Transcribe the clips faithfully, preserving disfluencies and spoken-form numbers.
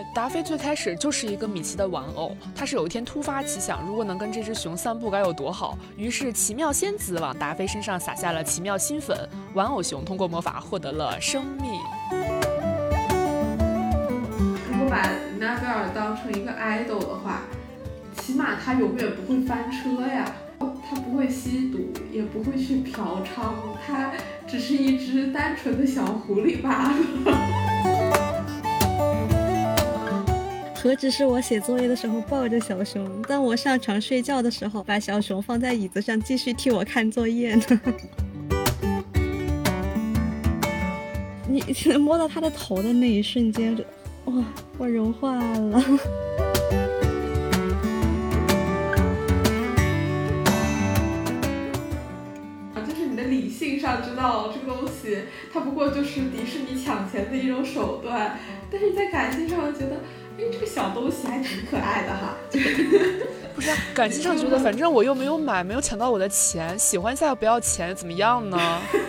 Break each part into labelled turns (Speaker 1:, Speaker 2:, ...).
Speaker 1: 达菲最开始就是一个米奇的玩偶，他是有一天突发奇想，如果能跟这只熊散步该有多好，于是奇妙仙子往达菲身上撒下了奇妙新粉，玩偶熊通过魔法获得了生命。
Speaker 2: 如果把琳娜贝尔当成一个 idol 的话，起码他永远不会翻车呀，他不会吸毒，也不会去嫖娼，他只是一只单纯的小狐狸罢了。
Speaker 3: 何止是我写作业的时候抱着小熊，当我上床睡觉的时候把小熊放在椅子上继续替我看作业呢。你摸到他的头的那一瞬间，哇，我融化了。
Speaker 2: 就是你的理性上知道这个东西它不过就是迪士尼抢钱的一种手段，但是你在感性上觉得哎，这个小东西还挺可爱的哈。
Speaker 1: 不是、啊、感情上觉得反正我又没有买，没有抢到我的钱，喜欢一下不要钱怎么样呢？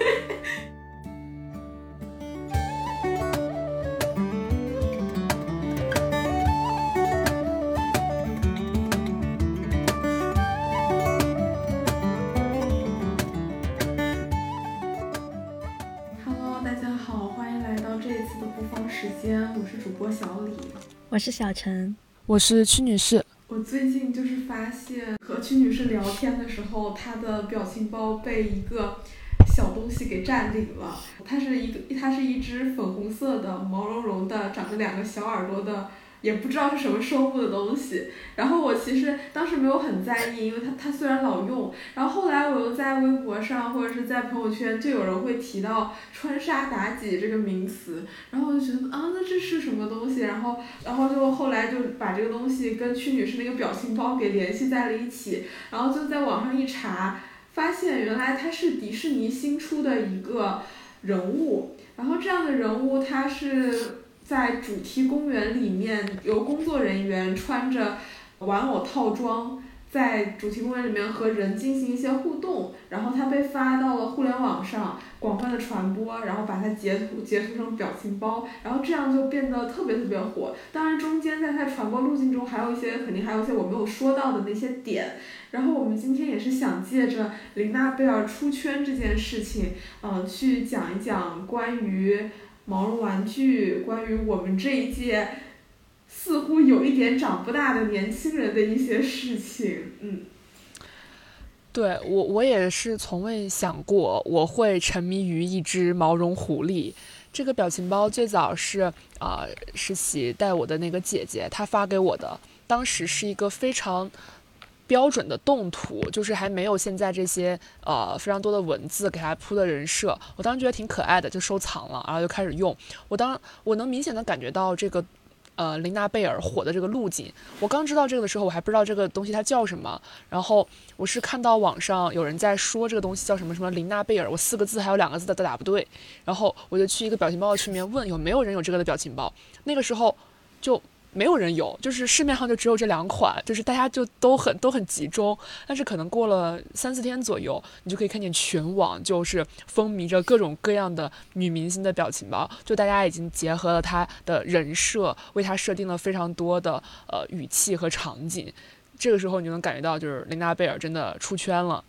Speaker 2: 我是主播小李，
Speaker 3: 我是小陈，
Speaker 1: 我是屈女士。
Speaker 2: 我最近就是发现和屈女士聊天的时候，她的表情包被一个小东西给占领了。它是一个，它是一只粉红色的、毛茸茸的、长着两个小耳朵的，也不知道是什么生物的东西。然后我其实当时没有很在意，因为它它虽然老用，然后后来我又在微博上或者是在朋友圈就有人会提到穿沙妲己这个名词，然后我就觉得啊，那这是什么东西？然后然后就后来就把这个东西跟屈女士那个表情包给联系在了一起，然后就在网上一查，发现原来它是迪士尼新出的一个人物，然后这样的人物它是在主题公园里面由工作人员穿着玩偶套装在主题公园里面和人进行一些互动，然后它被发到了互联网上广泛的传播，然后把它截图截图成表情包，然后这样就变得特别特别火。当然中间在它传播路径中还有一些肯定还有一些我没有说到的那些点，然后我们今天也是想借着琳娜贝尔出圈这件事情呃，去讲一讲关于毛绒玩具，关于我们这一届似乎有一点长不大的年轻人的一些事情。嗯，
Speaker 1: 对，我我也是从未想过我会沉迷于一只毛绒狐狸。这个表情包最早是啊、呃、实习带我的那个姐姐她发给我的，当时是一个非常标准的动图，就是还没有现在这些呃非常多的文字给它铺的人设，我当时觉得挺可爱的，就收藏了，然后就开始用。我当我能明显的感觉到这个呃琳娜贝尔火的这个路径。我刚知道这个的时候，我还不知道这个东西它叫什么，然后我是看到网上有人在说这个东西叫什么什么琳娜贝尔，我四个字还有两个字的打不对，然后我就去一个表情包的群里面问有没有人有这个的表情包，那个时候就没有人有，就是市面上就只有这两款，就是大家就都很都很集中。但是可能过了三四天左右，你就可以看见全网就是风靡着各种各样的女明星的表情包，就大家已经结合了她的人设，为她设定了非常多的呃语气和场景。这个时候你就能感觉到，就是琳娜贝尔真的出圈了。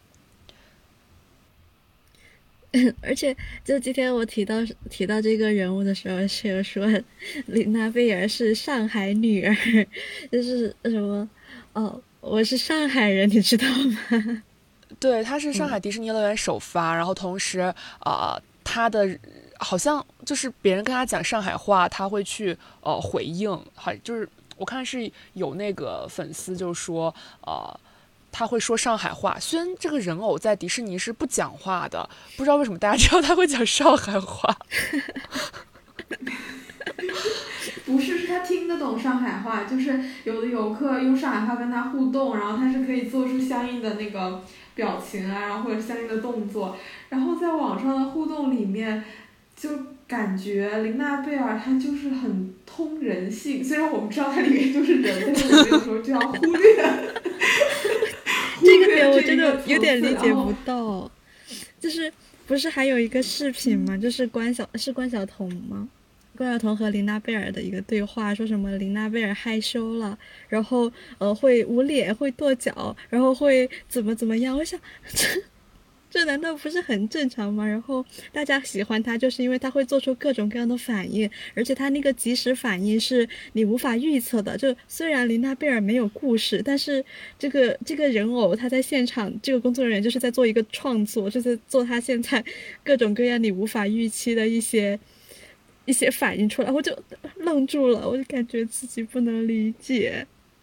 Speaker 3: 而且就今天我提到提到这个人物的时候，是有说琳娜贝尔是上海女儿，就是什么哦，我是上海人，你知道吗？
Speaker 1: 对，她是上海迪士尼乐园首发，嗯、然后同时呃，她的好像就是别人跟她讲上海话，她会去呃回应，好就是我看是有那个粉丝就说呃。他会说上海话，虽然这个人偶在迪士尼是不讲话的，不知道为什么大家知道他会讲上海话。
Speaker 2: 不是，是他听得懂上海话，就是有的游客用上海话跟他互动，然后他是可以做出相应的那个表情啊，然后或者相应的动作，然后在网上的互动里面就感觉琳娜贝尔她就是很通人性，虽然我们知道它里面就是人，但是我们有时候就要忽略。
Speaker 3: 这个点我真的有点理解不到，就是不是还有一个视频吗？就是关晓是关晓彤吗？ 关晓彤和琳娜贝尔的一个对话，说什么琳娜贝尔害羞了，然后呃会捂脸，会跺脚，然后会怎么怎么样。我想这这难道不是很正常吗？然后大家喜欢他就是因为他会做出各种各样的反应，而且他那个即时反应是你无法预测的。就虽然琳娜贝尔没有故事，但是这个这个人偶他在现场，这个工作人员就是在做一个创作，就是做他现在各种各样你无法预期的一些一些反应出来，我就愣住了，我就感觉自己不能理解。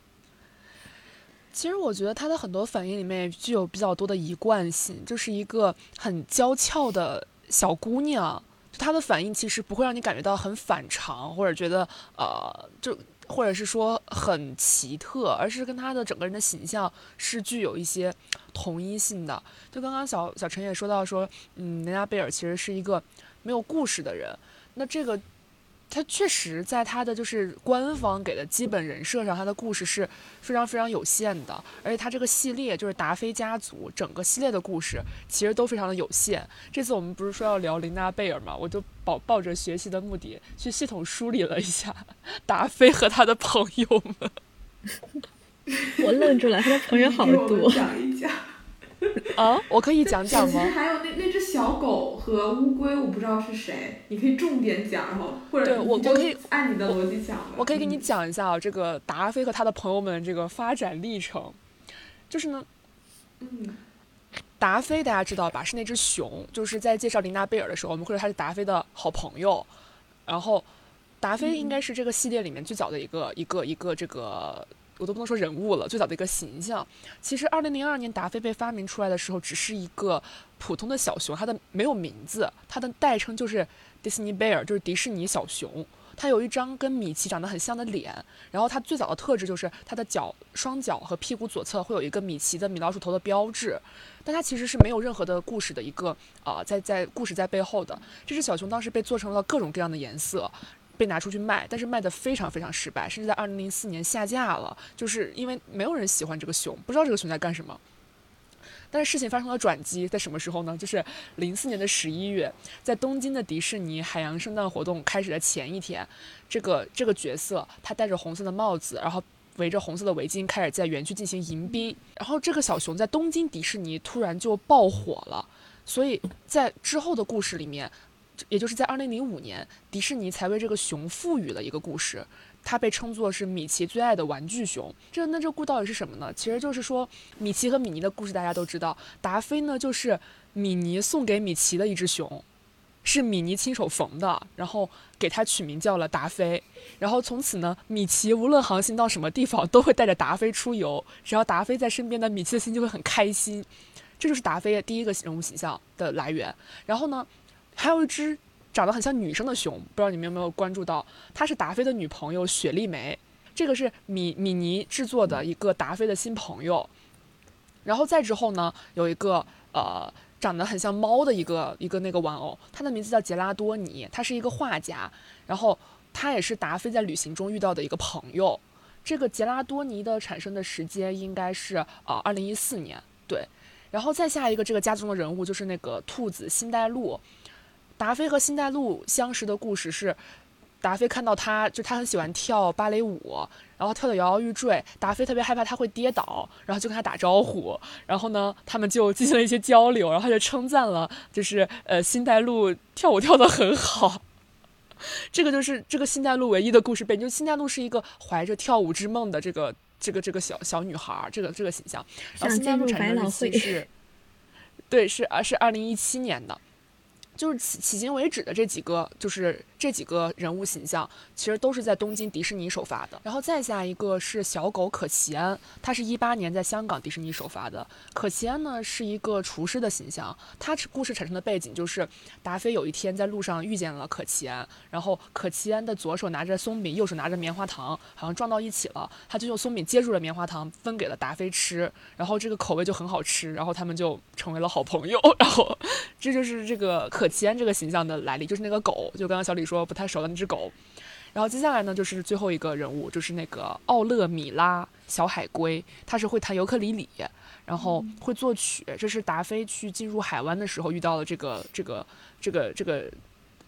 Speaker 1: 其实我觉得他的很多反应里面具有比较多的一贯性，就是一个很娇俏的小姑娘，就她的反应其实不会让你感觉到很反常，或者觉得呃，就或者是说很奇特，而是跟她的整个人的形象是具有一些同一性的。就刚刚小小陈也说到说，嗯，琳娜贝尔其实是一个没有故事的人，那这个。他确实在他的就是官方给的基本人设上，他的故事是非常非常有限的，而且他这个系列就是达菲家族整个系列的故事其实都非常的有限。这次我们不是说要聊琳娜贝尔嘛，我就抱抱着学习的目的去系统梳理了一下达菲和他的朋友们。
Speaker 3: 我愣住了，他的朋友好多。
Speaker 2: 讲一讲
Speaker 1: 啊，我可以讲讲吗？
Speaker 2: 其实还有那那只小狗和乌龟，我不知道是谁，你可以重点讲，然后或者
Speaker 1: 我我可以
Speaker 2: 按你的逻辑讲吧。
Speaker 1: 我可以给你讲一下啊，这个达菲和他的朋友们这个发展历程，就是呢，
Speaker 2: 嗯，
Speaker 1: 达菲大家知道吧，是那只熊，就是在介绍琳娜贝尔的时候，我们会说他是达菲的好朋友，然后达菲应该是这个系列里面最早的一个、嗯、一个一个这个。我都不能说人物了，最早的一个形象。其实二零零二年达菲被发明出来的时候，只是一个普通的小熊，它的没有名字，它的代称就是 Disney Bear， 就是迪士尼小熊。它有一张跟米奇长得很像的脸，然后它最早的特质就是它的脚、双脚和屁股左侧会有一个米奇的米老鼠头的标志，但它其实是没有任何的故事的一个啊、呃，在在故事在背后的。这只小熊当时被做成了各种各样的颜色。被拿出去卖，但是卖得非常非常失败，甚至在二零零四年下架了，就是因为没有人喜欢这个熊，不知道这个熊在干什么。但是事情发生了转机，在什么时候呢？就是零四年的十一月，在东京的迪士尼海洋圣诞活动开始的前一天，这个这个角色他戴着红色的帽子，然后围着红色的围巾，开始在园区进行迎宾。然后这个小熊在东京迪士尼突然就爆火了，所以在之后的故事里面。也就是在二零零五年，迪士尼才为这个熊赋予了一个故事，它被称作是米奇最爱的玩具熊。这那这故到底是什么呢？其实就是说，米奇和米妮的故事大家都知道，达菲呢就是米妮送给米奇的一只熊，是米妮亲手缝的，然后给它取名叫了达菲。然后从此呢，米奇无论航行到什么地方，都会带着达菲出游，只要达菲在身边呢，米奇的心就会很开心。这就是达菲第一个人物形象的来源。然后呢？还有一只长得很像女生的熊，不知道你们有没有关注到，她是达菲的女朋友雪莉梅，这个是米米妮制作的一个达菲的新朋友。然后再之后呢，有一个呃长得很像猫的一个一个那个玩偶，它的名字叫杰拉多尼，他是一个画家，然后他也是达菲在旅行中遇到的一个朋友。这个杰拉多尼的产生的时间应该是呃二零一四年，对。然后再下一个这个家族中的人物就是那个兔子辛黛露。达菲和辛黛露相识的故事是，达菲看到他，就他很喜欢跳芭蕾舞，然后跳得摇摇欲坠，达菲特别害怕他会跌倒，然后就跟他打招呼，然后呢，他们就进行了一些交流，然后他就称赞了，就是呃辛黛露跳舞跳得很好。这个就是这个辛黛露唯一的故事背景，就辛黛露是一个怀着跳舞之梦的这个这个这个小小女孩，这个这个形象。然后辛黛露产生的日期是，对，是啊，是二零一七年的。就是迄今为止的这几个，就是这几个人物形象，其实都是在东京迪士尼首发的。然后再下一个是小狗可奇安，它是一八年在香港迪士尼首发的。可奇安呢是一个厨师的形象，它故事产生的背景就是达菲有一天在路上遇见了可奇安，然后可奇安的左手拿着松饼，右手拿着棉花糖，好像撞到一起了，他就用松饼接住了棉花糖，分给了达菲吃，然后这个口味就很好吃，然后他们就成为了好朋友。然后这就是这个可奇安这个形象的来历，就是那个狗，就刚刚小李说不太熟的那只狗。然后接下来呢，就是最后一个人物，就是那个奥勒米拉小海龟，他是会弹尤克里里，然后会作曲。这是达菲去进入海湾的时候遇到了这个这个这个这个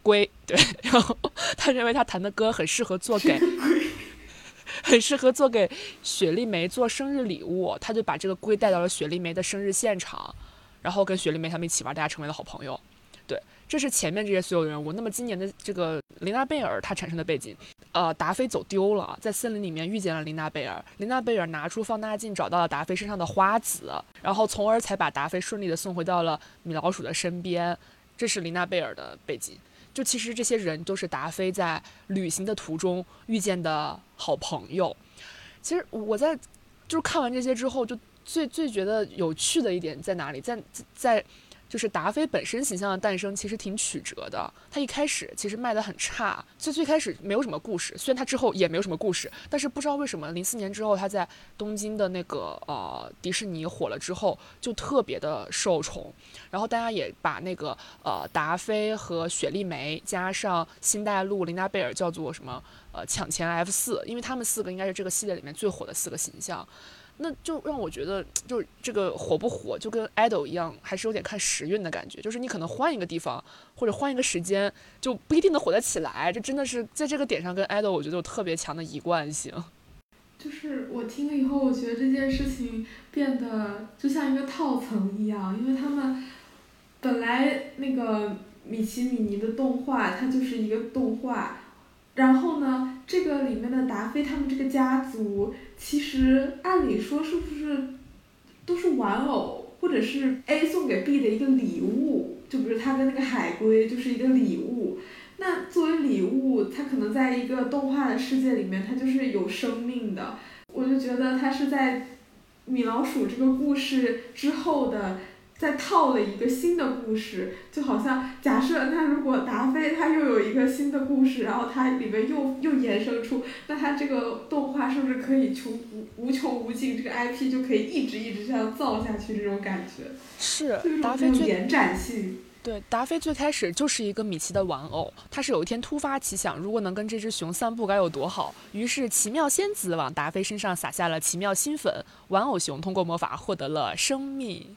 Speaker 1: 龟，对，然后他认为他弹的歌很适合做给很适合做给雪莉梅做生日礼物，他就把这个龟带到了雪莉梅的生日现场，然后跟雪莉梅他们一起玩，大家成为了好朋友。对，这是前面这些所有人物。那么今年的这个琳娜贝尔她产生的背景，呃，达菲走丢了，在森林里面遇见了琳娜贝尔，琳娜贝尔拿出放大镜找到了达菲身上的花籽，然后从而才把达菲顺利的送回到了米老鼠的身边。这是琳娜贝尔的背景。就其实这些人都是达菲在旅行的途中遇见的好朋友。其实我在就是看完这些之后，就最最觉得有趣的一点在哪里，在在就是达菲本身形象的诞生其实挺曲折的。他一开始其实卖得很差，就最开始没有什么故事，虽然他之后也没有什么故事，但是不知道为什么零四年之后他在东京的那个呃迪士尼火了之后就特别的受宠，然后大家也把那个呃达菲和雪莉梅加上新黛露、琳娜贝尔叫做什么呃抢钱 F 四，因为他们四个应该是这个系列里面最火的四个形象。那就让我觉得，就是这个火不火，就跟 idol 一样，还是有点看时运的感觉。就是你可能换一个地方，或者换一个时间，就不一定能火得起来。这真的是在这个点上跟 idol，我觉得有特别强的一贯性。
Speaker 2: 就是我听了以后，我觉得这件事情变得就像一个套层一样，因为他们本来那个米奇米妮的动画，它就是一个动画。然后呢，这个里面的达菲他们这个家族，其实按理说是不是都是玩偶，或者是 A 送给 B 的一个礼物，就比如他跟那个海龟就是一个礼物。那作为礼物，它可能在一个动画的世界里面，它就是有生命的。我就觉得它是在米老鼠这个故事之后的再套了一个新的故事，就好像假设那如果达菲他又有一个新的故事，然后它里面又又衍生出，那它这个动画是不是可以穷无无穷无尽，这个 I P 就可以一直一直这样造下去，这种感觉
Speaker 1: 是
Speaker 2: 达菲最延展性。
Speaker 1: 对，达菲最开始就是一个米奇的玩偶，他是有一天突发奇想，如果能跟这只熊散步该有多好，于是奇妙仙子往达菲身上撒下了奇妙新粉，玩偶熊通过魔法获得了生命。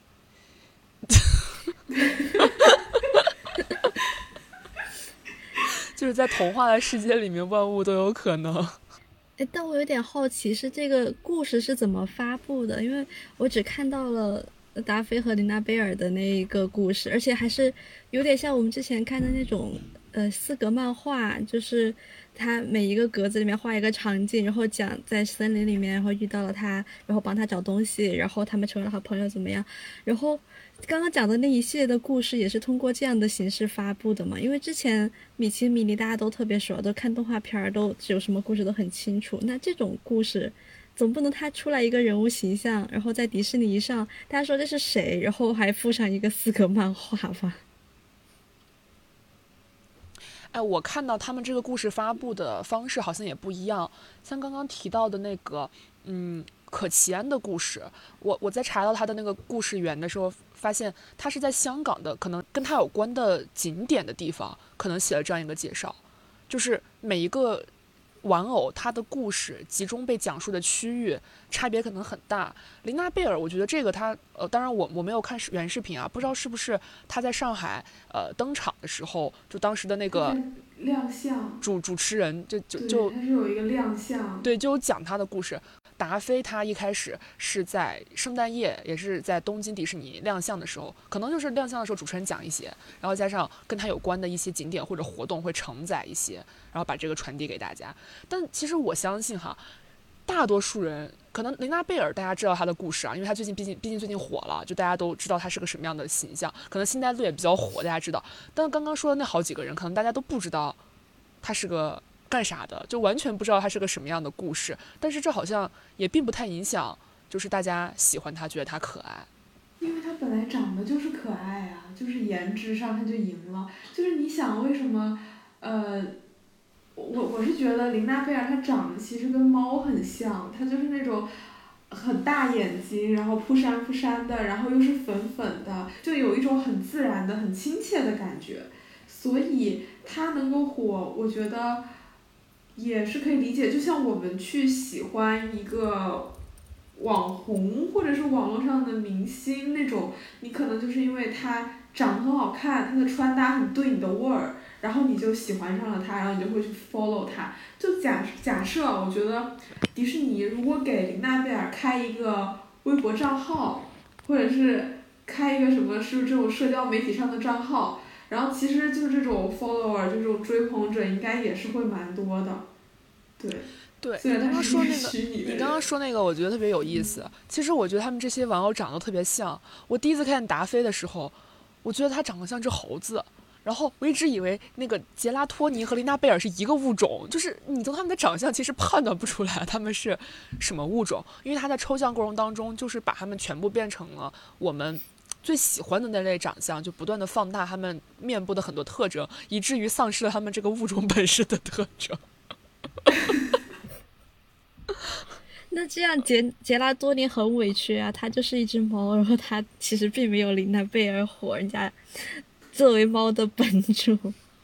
Speaker 1: 就是在童话的世界里面，万物都有可能。
Speaker 3: 哎，但我有点好奇，是这个故事是怎么发布的？因为我只看到了达菲和琳娜贝尔的那一个故事，而且还是有点像我们之前看的那种呃四格漫画，就是他每一个格子里面画一个场景，然后讲在森林里面，然后遇到了他，然后帮他找东西，然后他们成为了好朋友怎么样。然后刚刚讲的那一系列的故事也是通过这样的形式发布的嘛？因为之前米奇米妮大家都特别熟，都看动画片，都有什么故事都很清楚。那这种故事总不能他出来一个人物形象，然后在迪士尼上大家说这是谁，然后还附上一个四格漫画吧？
Speaker 1: 哎，我看到他们这个故事发布的方式好像也不一样，像刚刚提到的那个嗯可奇安的故事，我我在查到他的那个故事源的时候，发现他是在香港的可能跟他有关的景点的地方可能写了这样一个介绍，就是每一个玩偶它的故事集中被讲述的区域差别可能很大。琳娜贝尔我觉得这个他呃，当然我我没有看原视频啊，不知道是不是他在上海呃登场的时候，就当时的那个
Speaker 2: 亮相
Speaker 1: 主主持人就就就
Speaker 2: 他是有一个亮相，
Speaker 1: 对，就讲他的故事。达菲他一开始是在圣诞夜，也是在东京迪士尼亮相的时候，可能就是亮相的时候主持人讲一些，然后加上跟他有关的一些景点或者活动会承载一些，然后把这个传递给大家。但其实我相信哈，大多数人可能琳娜贝尔大家知道她的故事啊，因为她最近毕竟毕竟最近火了，就大家都知道她是个什么样的形象。可能新黛露也比较火，大家知道。但刚刚说的那好几个人，可能大家都不知道她是个干啥的，就完全不知道它是个什么样的故事。但是这好像也并不太影响，就是大家喜欢它，觉得它可爱。
Speaker 2: 因为它本来长得就是可爱啊，就是颜值上它就赢了。就是你想为什么，呃，我我是觉得琳娜贝尔她长得其实跟猫很像，她就是那种很大眼睛，然后扑闪扑闪的，然后又是粉粉的，就有一种很自然的、很亲切的感觉。所以她能够火，我觉得也是可以理解。就像我们去喜欢一个网红或者是网络上的明星那种，你可能就是因为他长得很好看，他的穿搭很对你的味儿， 然后你就喜欢上了他，然后你就会去 follow 他。就假假设我觉得迪士尼如果给琳娜贝尔开一个微博账号，或者是开一个什么是这种社交媒体上的账号，然后其实就这种 follower 这种追捧者应该也是会蛮多的。对
Speaker 1: 对，你刚刚说那个，你刚刚说那个，我觉得特别有意思。
Speaker 2: 嗯、
Speaker 1: 其实我觉得他们这些玩偶长得特别像。我第一次看见达菲的时候，我觉得他长得像只猴子，然后我一直以为那个杰拉托尼和琳娜贝尔是一个物种，就是你从他们的长相其实判断不出来他们是什么物种，因为他在抽象过程当中就是把他们全部变成了我们最喜欢的那类长相，就不断的放大他们面部的很多特征，以至于丧失了他们这个物种本身的特征。
Speaker 3: 那这样杰杰拉多尼很委屈啊，他就是一只猫，然后他其实并没有琳娜贝尔火，人家作为猫的本主。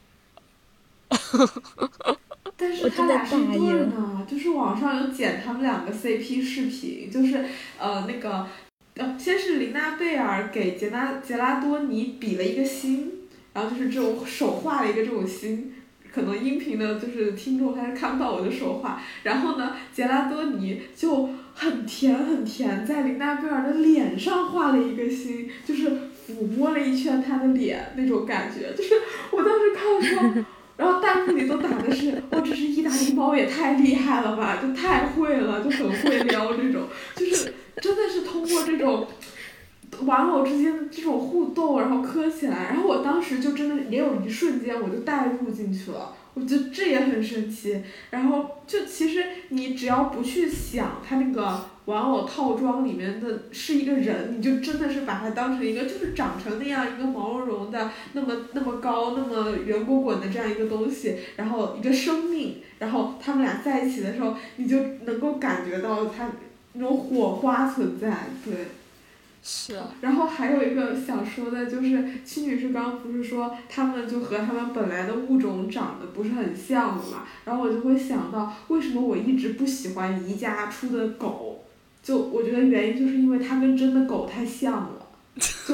Speaker 2: 但是他俩是一对呢，就是网上有剪他们两个 C P 视频，就是呃那个呃先是琳娜贝尔给杰拉杰拉多尼比了一个心，然后就是这种手画了一个这种心。可能音频的就是听众还是看不到我的手画，然后呢，杰拉多尼就很甜很甜，在琳娜贝尔的脸上画了一个心，就是抚摸了一圈她的脸那种感觉，就是我当时看的时候，然后弹幕里都打的是，哇，这只意大利猫也太厉害了吧，就太会了，就很会撩这种，就是真的是通过这种。玩偶之间的这种互动，然后磕起来，然后我当时就真的也有一瞬间我就带入进去了，我觉得这也很神奇。然后就其实你只要不去想它那个玩偶套装里面的是一个人，你就真的是把它当成一个就是长成那样一个毛茸茸的那么那么高那么圆滚滚的这样一个东西，然后一个生命，然后他们俩在一起的时候，你就能够感觉到它那种火花存在，对。
Speaker 1: 是啊，
Speaker 2: 然后还有一个想说的就是，戚女士刚刚不是说他们就和他们本来的物种长得不是很像的嘛？然后我就会想到，为什么我一直不喜欢宜家出的狗？就我觉得原因就是因为它跟真的狗太像了，就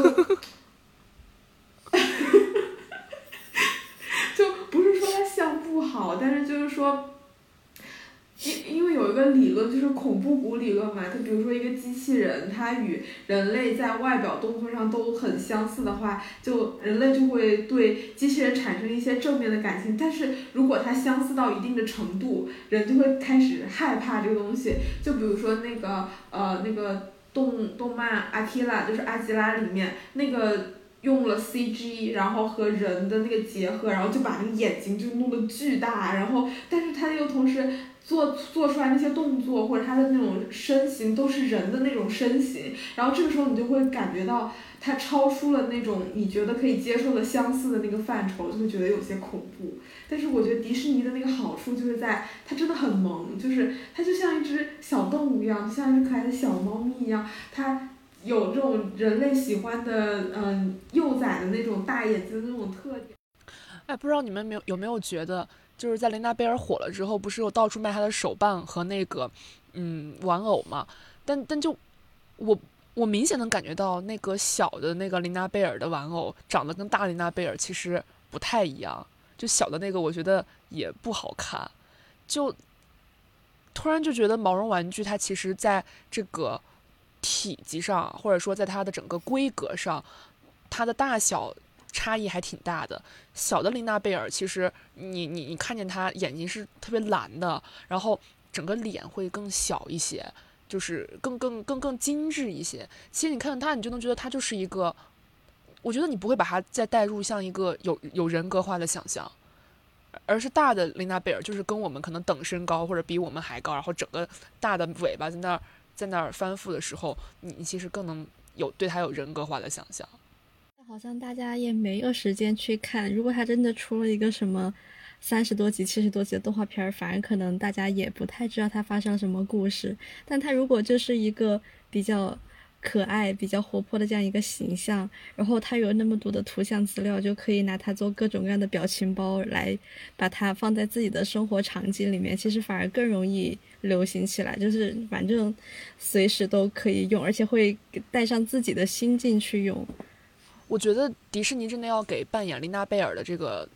Speaker 2: 就不是说它像不好，但是就是说。因因为有一个理论就是恐怖谷理论嘛，它比如说一个机器人，它与人类在外表动作上都很相似的话，就人类就会对机器人产生一些正面的感情。但是如果它相似到一定的程度，人就会开始害怕这个东西。就比如说那个呃那个动动漫阿基拉，就是阿基拉里面那个。用了 C G， 然后和人的那个结合，然后就把那个眼睛就弄得巨大，然后但是他又同时做做出来那些动作或者他的那种身形都是人的那种身形，然后这个时候你就会感觉到他超出了那种你觉得可以接受的相似的那个范畴，就会觉得有些恐怖。但是我觉得迪士尼的那个好处就是在它真的很萌，就是它就像一只小动物一样，就像一只可爱的小猫咪一样，它。有这种人类喜欢的，嗯，幼崽的那种大眼睛的那种特点。
Speaker 1: 哎，不知道你们没有有没有觉得，就是在琳娜贝尔火了之后，不是有到处卖她的手办和那个，嗯，玩偶嘛？但但就我我明显能感觉到，那个小的那个琳娜贝尔的玩偶长得跟大琳娜贝尔其实不太一样，就小的那个我觉得也不好看，就突然就觉得毛绒玩具它其实在这个。体积上，或者说在它的整个规格上，它的大小差异还挺大的。小的琳娜贝尔，其实你你你看见它眼睛是特别蓝的，然后整个脸会更小一些，就是更更更更精致一些。其实你看到它，你就能觉得它就是一个，我觉得你不会把它再带入像一个有有人格化的想象。而是大的琳娜贝尔，就是跟我们可能等身高或者比我们还高，然后整个大的尾巴在那儿。在那儿翻覆的时候，你其实更能有对他有人格化的想象。
Speaker 3: 好像大家也没有时间去看，如果他真的出了一个什么三十多集、七十多集的动画片，反而可能大家也不太知道它发生了什么故事。但他如果就是一个比较可爱、比较活泼的这样一个形象，然后他有那么多的图像资料，就可以拿它做各种各样的表情包，来把它放在自己的生活场景里面，其实反而更容易流行起来，就是反正随时都可以用，而且会带上自己的心境去用。
Speaker 1: 我觉得迪士尼真的要给扮演琳娜贝尔的这个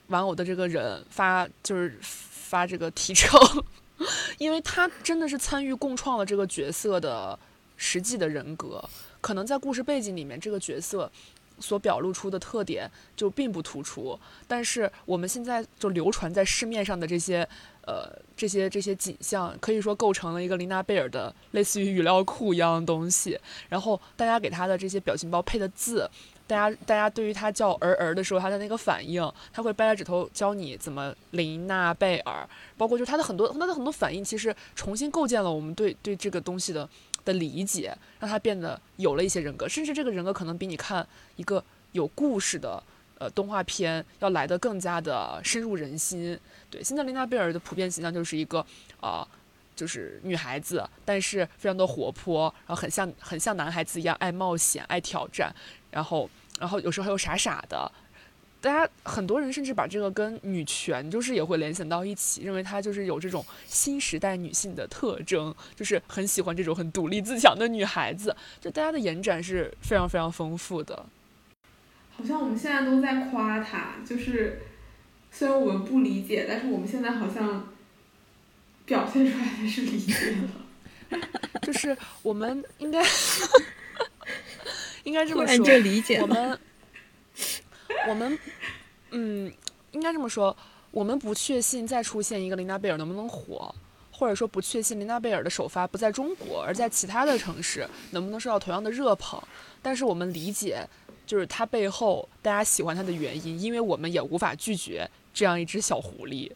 Speaker 1: 玩偶的这个人发就是发这个提成，因为他真的是参与共创了这个角色的实际的人格，可能在故事背景里面这个角色所表露出的特点就并不突出，但是我们现在就流传在市面上的这些呃这些这些景象，可以说构成了一个琳娜贝尔的类似于语料库一样的东西。然后大家给他的这些表情包配的字，大家大家对于他叫儿儿的时候他的那个反应，他会掰着指头教你怎么琳娜贝尔，包括就是他的很多他的很多反应，其实重新构建了我们对对这个东西的的理解，让他变得有了一些人格，甚至这个人格可能比你看一个有故事的呃动画片要来得更加的深入人心。对，现在琳娜贝尔的普遍形象就是一个啊、呃，就是女孩子，但是非常的活泼，然后很像很像男孩子一样爱冒险、爱挑战，然后然后有时候还有傻傻的。大家很多人甚至把这个跟女权就是也会联想到一起，认为她就是有这种新时代女性的特征，就是很喜欢这种很独立自强的女孩子，就大家的延展是非常非常丰富的。
Speaker 2: 好像我们现在都在夸她，就是虽然我们不理解，但是我们现在好像表现出来的是理解了。
Speaker 1: 就是我们应该应该这么说，
Speaker 3: 突然就理解了。
Speaker 1: 我们我们嗯，应该这么说，我们不确信再出现一个琳娜贝尔能不能火，或者说不确信琳娜贝尔的首发不在中国而在其他的城市能不能受到同样的热捧，但是我们理解就是它背后大家喜欢它的原因，因为我们也无法拒绝这样一只小狐狸。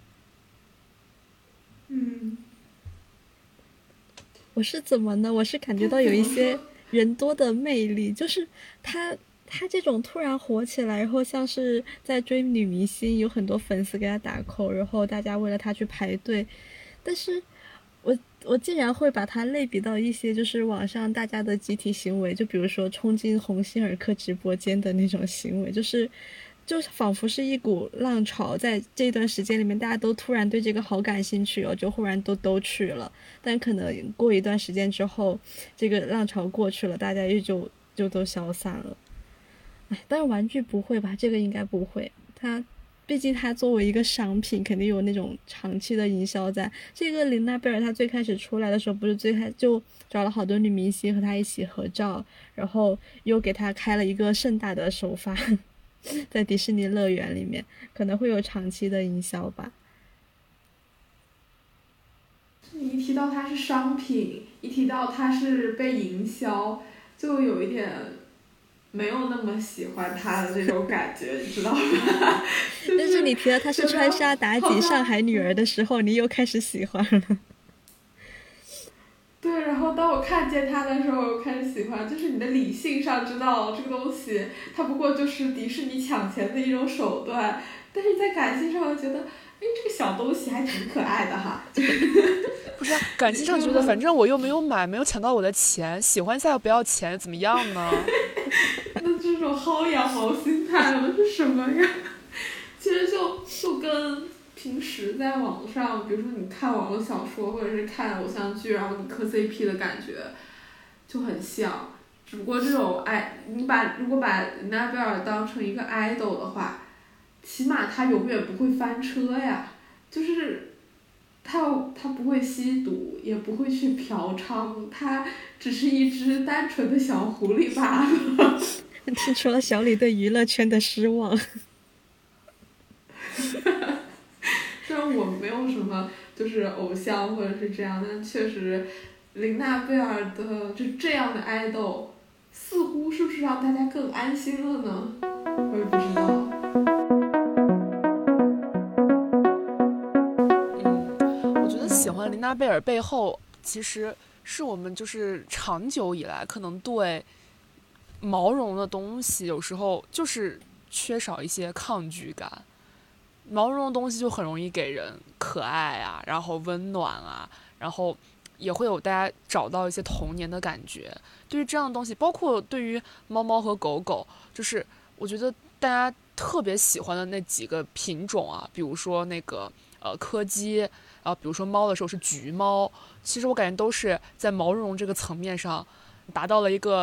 Speaker 2: 嗯，
Speaker 3: 我是怎么呢？我是感觉到有一些人多的魅力，就是他他这种突然火起来，然后像是在追女明星，有很多粉丝给他打 call， 然后大家为了他去排队，但是我我竟然会把它类比到一些就是网上大家的集体行为，就比如说冲进鸿星尔克直播间的那种行为，就是就仿佛是一股浪潮，在这段时间里面大家都突然对这个好感兴趣哦，就忽然都都去了，但可能过一段时间之后这个浪潮过去了，大家也就就都消散了。哎，但是玩具不会吧，这个应该不会，它毕竟它作为一个商品肯定有那种长期的营销在。这个琳娜贝尔她最开始出来的时候不是最开就找了好多女明星和她一起合照，然后又给她开了一个盛大的首发在迪士尼乐园里面，可能会有长期的营销吧。
Speaker 2: 你一提到它是商品，一提到它是被营销，就有一点没有那么喜欢它的这种感觉，你知道吗？就是、
Speaker 3: 但是你提到它是穿纱妲己上海女儿的时候，你又开始喜欢了。
Speaker 2: 对，然后当我看见它的时候，我开始喜欢。就是你的理性上知道这个东西，它不过就是迪士尼抢钱的一种手段，但是在感性上我觉得，哎，这个小东西还挺可爱的哈。
Speaker 1: 不是、啊，感性上觉得反正我又没有买，没有抢到我的钱，喜欢一下又不要钱，怎么样呢？
Speaker 2: 那这种薅羊毛心态了是什么呀？其实就就跟平时在网上，比如说你看网络小说或者是看偶像剧，然后你磕 C P 的感觉就很像。只不过这种爱，你把如果把琳娜贝尔当成一个 idol 的话，起码他永远不会翻车呀。就是他他不会吸毒，也不会去嫖娼，他只是一只单纯的小狐狸罢了。
Speaker 3: 听出了小李对娱乐圈的失望。
Speaker 2: 虽然我没有什么就是偶像或者是这样，但确实琳娜贝尔的就这样的爱豆，似乎是不是让大家更安心了呢？我也不知道。
Speaker 1: 嗯，我觉得喜欢琳娜贝尔背后，其实是我们就是长久以来可能对毛绒的东西有时候就是缺少一些抗拒感。毛绒的东西就很容易给人可爱啊，然后温暖啊，然后也会有大家找到一些童年的感觉。对于这样的东西，包括对于猫猫和狗狗，就是我觉得大家特别喜欢的那几个品种啊，比如说那个呃柯基，然后比如说猫的时候是橘猫，其实我感觉都是在毛绒这个层面上达到了一个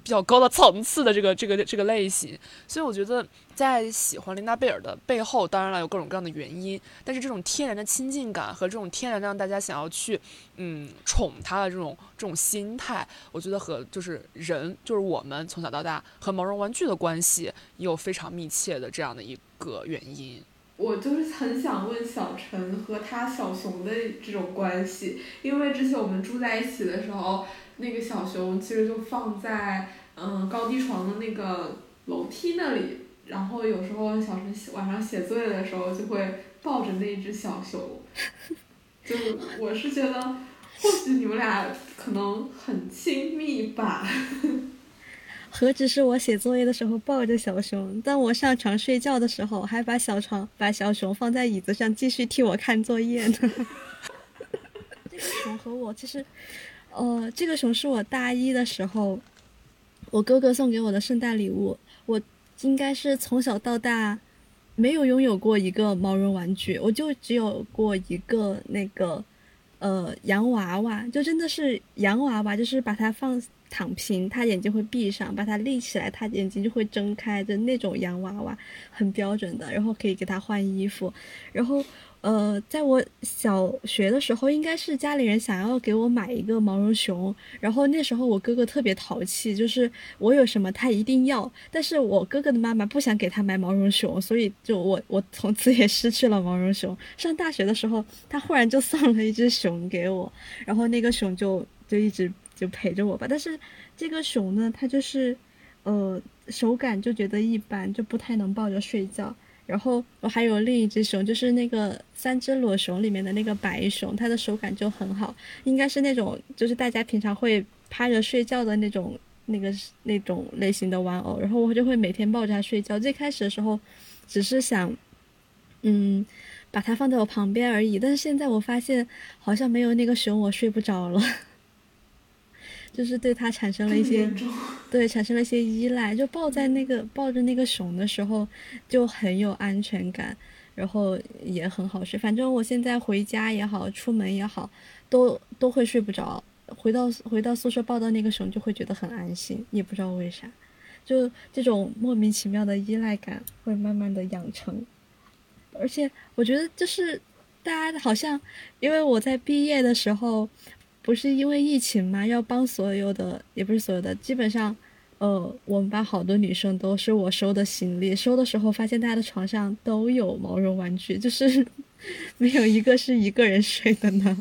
Speaker 1: 比较高的层次的这个这个这个类型。所以我觉得在喜欢琳娜贝尔的背后，当然了有各种各样的原因，但是这种天然的亲近感和这种天然的让大家想要去嗯宠她的这种这种心态，我觉得和就是人就是我们从小到大和毛绒玩具的关系也有非常密切的这样的一个原因。
Speaker 2: 我就是很想问小陈和他小熊的这种关系，因为之前我们住在一起的时候，那个小熊其实就放在嗯高低床的那个楼梯那里，然后有时候小陈晚上写作业的时候就会抱着那只小熊，就我是觉得或许你们俩可能很亲密吧。
Speaker 3: 何止是我写作业的时候抱着小熊，当我上床睡觉的时候，还把小床把小熊放在椅子上继续替我看作业呢。这个熊和我其实，呃，这个熊是我大一的时候，我哥哥送给我的圣诞礼物。我应该是从小到大没有拥有过一个毛绒玩具，我就只有过一个那个呃洋娃娃，就真的是洋娃娃，就是把它放躺平，他眼睛会闭上，把它立起来，他眼睛就会睁开的那种洋娃娃，很标准的，然后可以给他换衣服。然后呃，在我小学的时候，应该是家里人想要给我买一个毛绒熊，然后那时候我哥哥特别淘气，就是我有什么他一定要，但是我哥哥的妈妈不想给他买毛绒熊，所以就我我从此也失去了毛绒熊。上大学的时候，他忽然就送了一只熊给我，然后那个熊就就一直就陪着我吧。但是这个熊呢，它就是呃手感就觉得一般，就不太能抱着睡觉。然后我还有另一只熊，就是那个三只裸熊里面的那个白熊，它的手感就很好，应该是那种就是大家平常会趴着睡觉的那种那个那种类型的玩偶。然后我就会每天抱着它睡觉。最开始的时候只是想嗯把它放在我旁边而已，但是现在我发现好像没有那个熊我睡不着了。就是对它产生了一些，对产生了一些依赖，就抱在那个抱着那个熊的时候，就很有安全感，然后也很好睡。反正我现在回家也好，出门也好，都都会睡不着。回到回到宿舍抱到那个熊，就会觉得很安心，也不知道为啥，就这种莫名其妙的依赖感会慢慢的养成。而且我觉得就是大家好像，因为我在毕业的时候。不是因为疫情嘛，要帮所有的，也不是所有的，基本上，呃，我们班好多女生都是我收的行李，收的时候发现大家的床上都有毛绒玩具，就是没有一个是一个人睡的呢。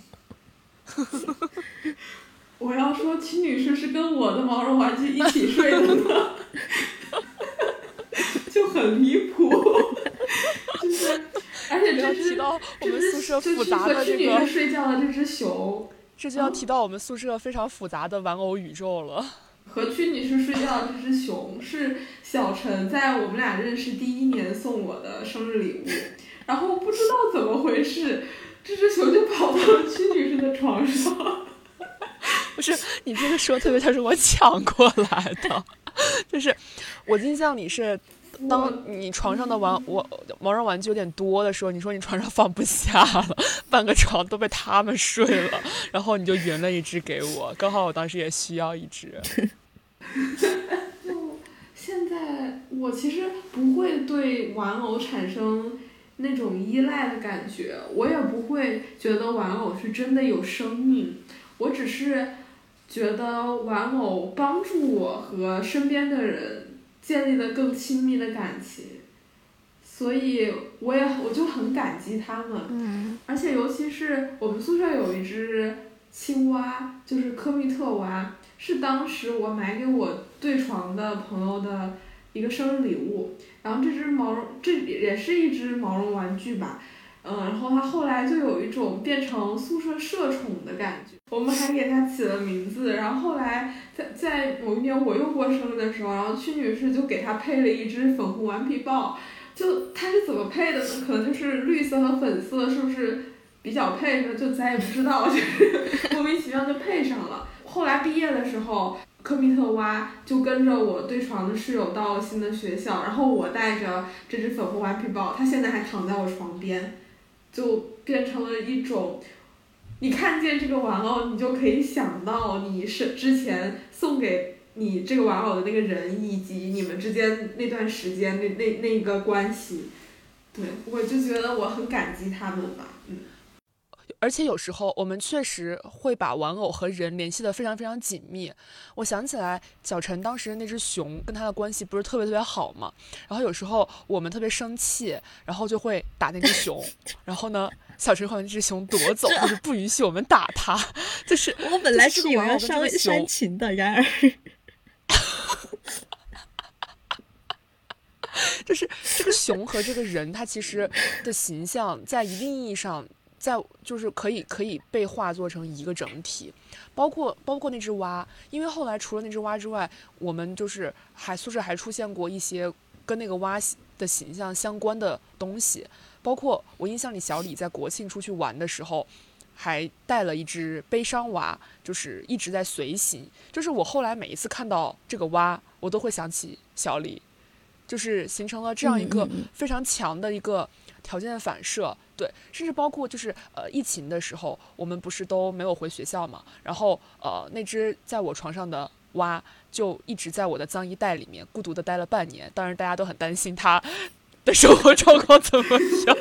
Speaker 2: 我要说曲女士是跟我的毛绒玩具一起睡的呢，就很离谱。就是，而且这只
Speaker 1: 提到我们宿舍复杂
Speaker 2: 的这个，和曲女士睡觉的这只熊。
Speaker 1: 这就要提到我们宿舍非常复杂的玩偶宇宙了。
Speaker 2: 和曲女士睡觉的这只熊是小陈在我们俩认识第一年送我的生日礼物，然后不知道怎么回事，这只熊就跑到了曲女士的床上。
Speaker 1: 不是，你这个说特别像是我抢过来的，就是我印象里是。当你床上的玩我毛绒玩具有点多的时候，你说你床上放不下了，半个床都被他们睡了，然后你就匀了一只给我，刚好我当时也需要一只。
Speaker 2: 就现在我其实不会对玩偶产生那种依赖的感觉，我也不会觉得玩偶是真的有生命，我只是觉得玩偶帮助我和身边的人建立了更亲密的感情，所以我也我就很感激他们。
Speaker 3: 嗯，
Speaker 2: 而且尤其是我们宿舍有一只青蛙，就是科密特蛙，是当时我买给我对床的朋友的一个生日礼物。然后这只毛绒，这也是一只毛绒玩具吧。嗯，然后它后来就有一种变成宿舍社宠的感觉，我们还给它起了名字。然后后来在在某一年我又过生日的时候，然后曲女士就给它配了一只粉红顽皮豹，就它是怎么配的呢？可能就是绿色和粉色是不是比较配呢？就咱也不知道，就是莫名其妙就配上了。后来毕业的时候，科密特蛙就跟着我对床的室友到了新的学校，然后我带着这只粉红顽皮豹，它现在还躺在我床边。就变成了一种，你看见这个玩偶，你就可以想到你是之前送给你这个玩偶的那个人以及你们之间那段时间那那那个关系。对，我就觉得我很感激他们吧。嗯，
Speaker 1: 而且有时候我们确实会把玩偶和人联系得非常非常紧密。我想起来小陈当时那只熊跟他的关系不是特别特别好嘛，然后有时候我们特别生气，然后就会打那只熊，然后呢小陈会把那只熊夺走，就是不允许我们打它。就是
Speaker 3: 我本来
Speaker 1: 是
Speaker 3: 以为要煽煽情的，然而
Speaker 1: 就是这个熊和这个人，他其实的形象在一定意义上，在就是可以可以被化作成一个整体，包括包括那只蛙，因为后来除了那只蛙之外，我们就是还宿舍还出现过一些跟那个蛙的形象相关的东西，包括我印象里小李在国庆出去玩的时候。还带了一只悲伤蛙，就是一直在随行。就是我后来每一次看到这个蛙，我都会想起小李，就是形成了这样一个非常强的一个条件反射。对，甚至包括就是呃疫情的时候，我们不是都没有回学校嘛，然后呃那只在我床上的蛙就一直在我的脏衣袋里面孤独的待了半年。当然大家都很担心它的生活状况怎么样。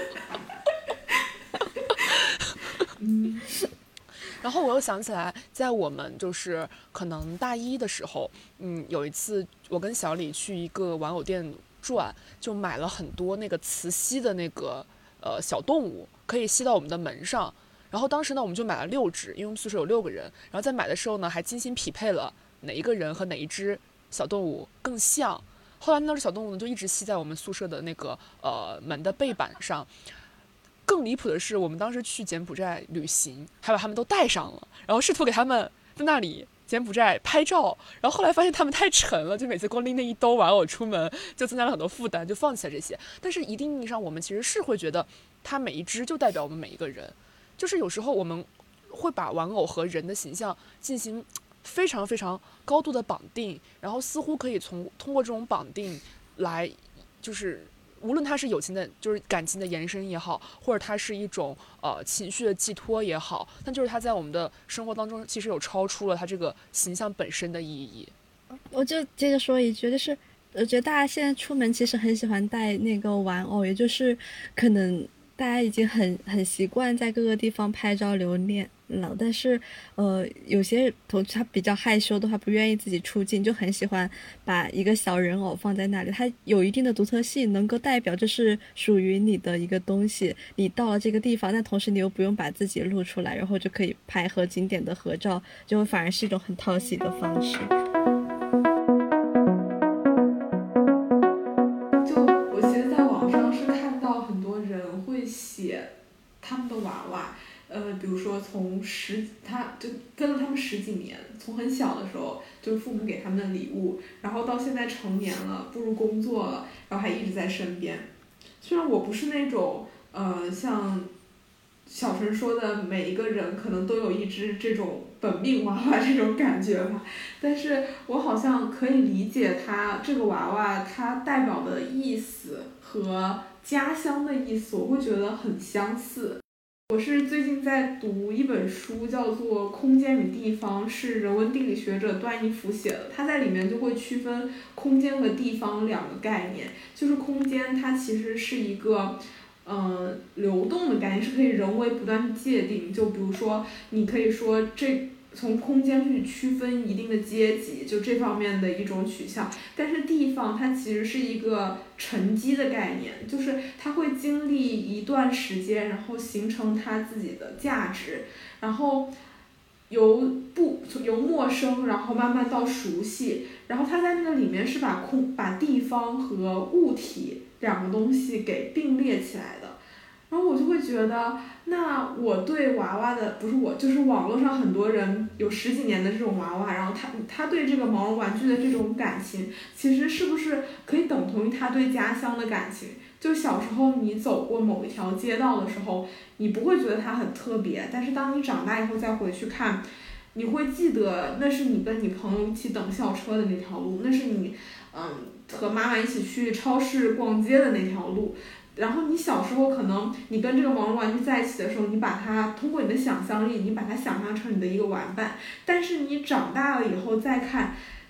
Speaker 2: 嗯，
Speaker 1: 然后我又想起来，在我们就是可能大一的时候，嗯，有一次我跟小李去一个玩偶店转，就买了很多那个磁吸的那个呃小动物，可以吸到我们的门上。然后当时呢，我们就买了六只，因为我们宿舍有六个人。然后在买的时候呢，还精心匹配了哪一个人和哪一只小动物更像。后来那只小动物呢，就一直吸在我们宿舍的那个呃门的背板上。更离谱的是，我们当时去柬埔寨旅行，还把他们都带上了，然后试图给他们在那里柬埔寨拍照，然后后来发现他们太沉了，就每次光拎那一兜玩偶出门，就增加了很多负担，就放弃了这些。但是一定意义上，我们其实是会觉得，它每一只就代表我们每一个人，就是有时候我们会把玩偶和人的形象进行非常非常高度的绑定，然后似乎可以从通过这种绑定来，就是。无论它是友情的，就是感情的延伸也好，或者它是一种呃情绪的寄托也好，但就是它在我们的生活当中，其实有超出了它这个形象本身的意义。
Speaker 3: 我就接着说一句，就是我觉得大家现在出门其实很喜欢带那个玩偶，也就是可能大家已经很很习惯在各个地方拍照留念了，但是呃，有些同学他比较害羞的话，不愿意自己出镜，就很喜欢把一个小人偶放在那里，它有一定的独特性，能够代表这是属于你的一个东西。你到了这个地方，但同时你又不用把自己录出来，然后就可以拍和景点的合照，就反而是一种很讨喜的方式。
Speaker 2: 就我其实在网上是看到很多人会写他们的娃娃。呃，比如说从十，他就跟了他们十几年，从很小的时候就是父母给他们的礼物，然后到现在成年了，步入工作了，然后还一直在身边。虽然我不是那种呃像小陈说的每一个人可能都有一只这种本命娃娃这种感觉吧，但是我好像可以理解他这个娃娃它代表的意思和家乡的意思，我会觉得很相似。我是最近在读一本书，叫做《空间与地方》，是人文地理学者段一福写的。他在里面就会区分空间和地方两个概念，就是空间它其实是一个嗯流动的概念，是可以人为不断界定。就比如说，你可以说这从空间去区分一定的阶级，就这方面的一种取向。但是地方它其实是一个沉积的概念，就是它会经历一段时间，然后形成它自己的价值，然后由不由陌生，然后慢慢到熟悉，然后它在那个里面是把空把地方和物体两个东西给并列起来的。然后我就会觉得，那我对娃娃的不是我，就是网络上很多人有十几年的这种娃娃，然后他他对这个毛绒玩具的这种感情，其实是不是可以等同于他对家乡的感情？就小时候你走过某一条街道的时候，你不会觉得它很特别，但是当你长大以后再回去看，你会记得那是你跟你朋友一起等校车的那条路，那是你嗯和妈妈一起去超市逛街的那条路。然后你小时候可能你跟这个毛绒玩具在一起的时候，你把它通过你的想象力，你把它想象成你的一个玩伴，但是你长大了以后再看，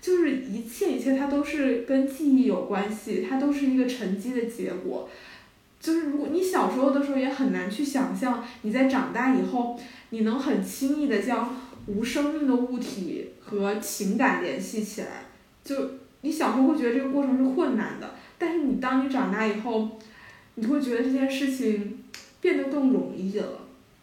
Speaker 2: 就是一切一切它都是跟记忆有关系，它都是一个沉积的结果。就是如果你小时候的时候也很难去想象，你在长大以后，你能很轻易的将无生命的物体和情感联系起来。就你小时候会觉得这个过程是困难的，但是你当你长大以后，你会觉得这件事情变得更容易了。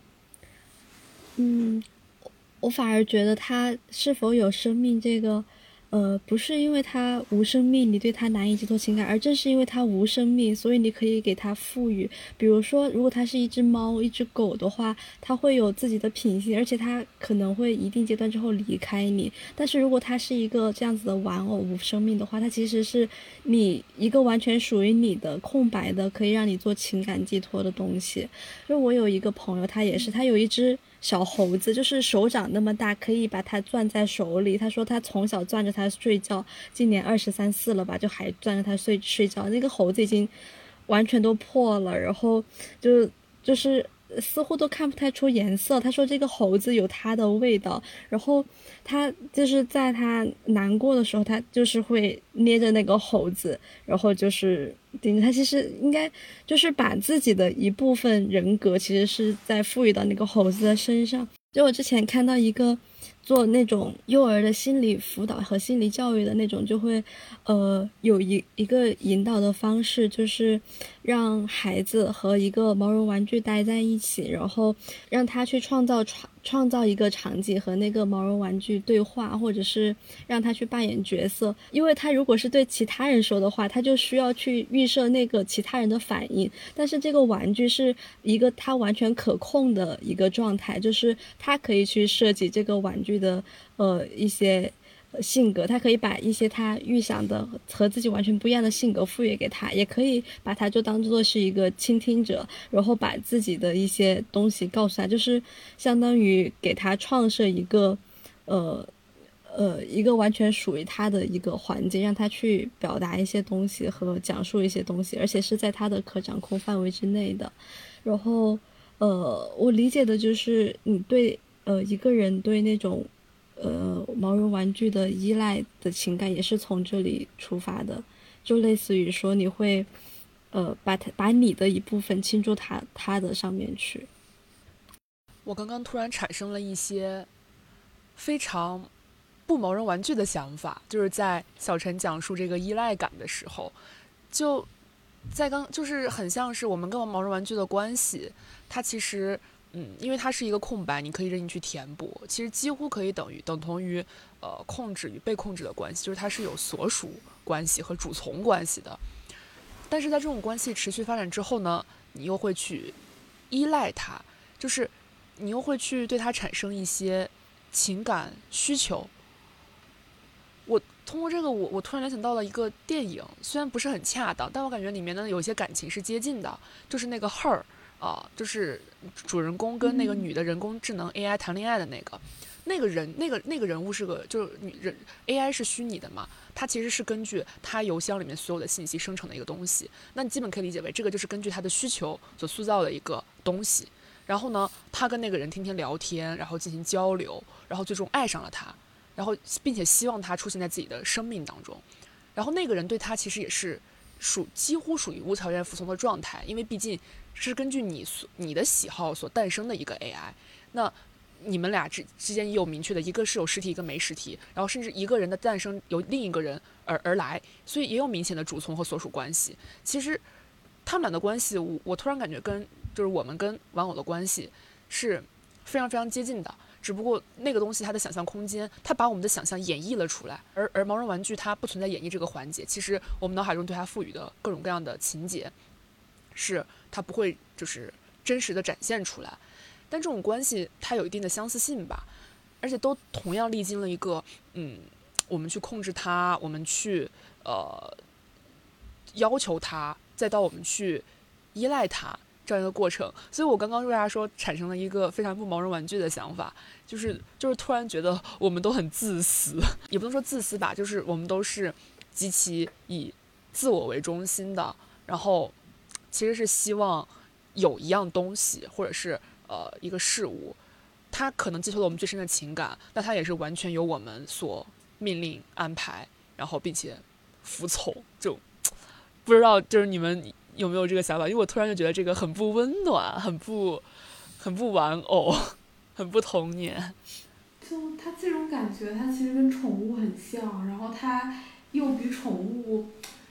Speaker 3: 嗯，我反而觉得它是否有生命这个，呃，不是因为它无生命，你对它难以寄托情感，而正是因为它无生命，所以你可以给它赋予。比如说，如果它是一只猫、一只狗的话，它会有自己的品性，而且它可能会一定阶段之后离开你。但是如果它是一个这样子的玩偶无生命的话，它其实是你一个完全属于你的空白的，可以让你做情感寄托的东西。就我有一个朋友，他也是，他有一只小猴子，就是手掌那么大，可以把它攥在手里。他说他从小攥着它睡觉，今年二十三四了吧，就还攥着它睡睡觉。那个猴子已经完全都破了，然后就就是似乎都看不太出颜色。他说这个猴子有它的味道，然后他就是在他难过的时候，他就是会捏着那个猴子，然后就是盯着他。其实应该就是把自己的一部分人格其实是在赋予到那个猴子的身上。就我之前看到一个做那种幼儿的心理辅导和心理教育的那种，就会呃有一一个引导的方式，就是让孩子和一个毛绒玩具待在一起，然后让他去创造创创造一个场景和那个毛绒玩具对话，或者是让他去扮演角色。因为他如果是对其他人说的话，他就需要去预设那个其他人的反应，但是这个玩具是一个他完全可控的一个状态，就是他可以去设计这个玩具的呃一些性格，他可以把一些他预想的和自己完全不一样的性格赋予给他，也可以把他就当做是一个倾听者，然后把自己的一些东西告诉他，就是相当于给他创设一个呃呃一个完全属于他的一个环境，让他去表达一些东西和讲述一些东西，而且是在他的可掌控范围之内的。然后呃我理解的就是你对呃一个人对那种呃，毛绒玩具的依赖的情感也是从这里出发的，就类似于说你会，呃，把它把你的一部分倾注它它的上面去。
Speaker 1: 我刚刚突然产生了一些非常不毛绒玩具的想法，就是在小陈讲述这个依赖感的时候，就在刚就是很像是我们跟毛绒玩具的关系，它其实。嗯，因为它是一个空白，你可以任意去填补，其实几乎可以等于等同于呃控制与被控制的关系，就是它是有所属关系和主从关系的。但是在这种关系持续发展之后呢，你又会去依赖它，就是你又会去对它产生一些情感需求。我通过这个我我突然联想到了一个电影，虽然不是很恰当，但我感觉里面的有些感情是接近的，就是那个 Her。啊、呃，就是主人公跟那个女的人工智能 A I 谈恋爱的那个，那个人，那个那个人物是个就是女人 A I 是虚拟的嘛，它其实是根据它邮箱里面所有的信息生成的一个东西。那你基本可以理解为这个就是根据它的需求所塑造的一个东西。然后呢，他跟那个人天天聊天，然后进行交流，然后最终爱上了他，然后并且希望他出现在自己的生命当中。然后那个人对他其实也是属几乎属于无条件服从的状态，因为毕竟。是根据你所你的喜好所诞生的一个 A I， 那你们俩之之间也有明确的，一个是有实体，一个没实体，然后甚至一个人的诞生由另一个人而而来，所以也有明显的主从和所属关系。其实他们俩的关系，我我突然感觉跟就是我们跟玩偶的关系是非常非常接近的，只不过那个东西它的想象空间，它把我们的想象演绎了出来，而而毛绒玩具它不存在演绎这个环节，其实我们脑海中对它赋予的各种各样的情节。是它不会就是真实的展现出来，但这种关系它有一定的相似性吧，而且都同样历经了一个嗯，我们去控制它，我们去呃要求它，再到我们去依赖它这样一个过程。所以我刚刚为大家说产生了一个非常不毛绒玩具的想法，就是就是突然觉得我们都很自私，也不能说自私吧，就是我们都是极其以自我为中心的，然后。其实是希望有一样东西，或者是呃一个事物，它可能寄托了我们最深的情感，但它也是完全由我们所命令安排，然后并且服从，就不知道就是你们有没有这个想法？因为我突然就觉得这个很不温暖，很不很不玩偶，很不童年。
Speaker 2: 就它这种感觉，它其实跟宠物很像，然后它又比宠物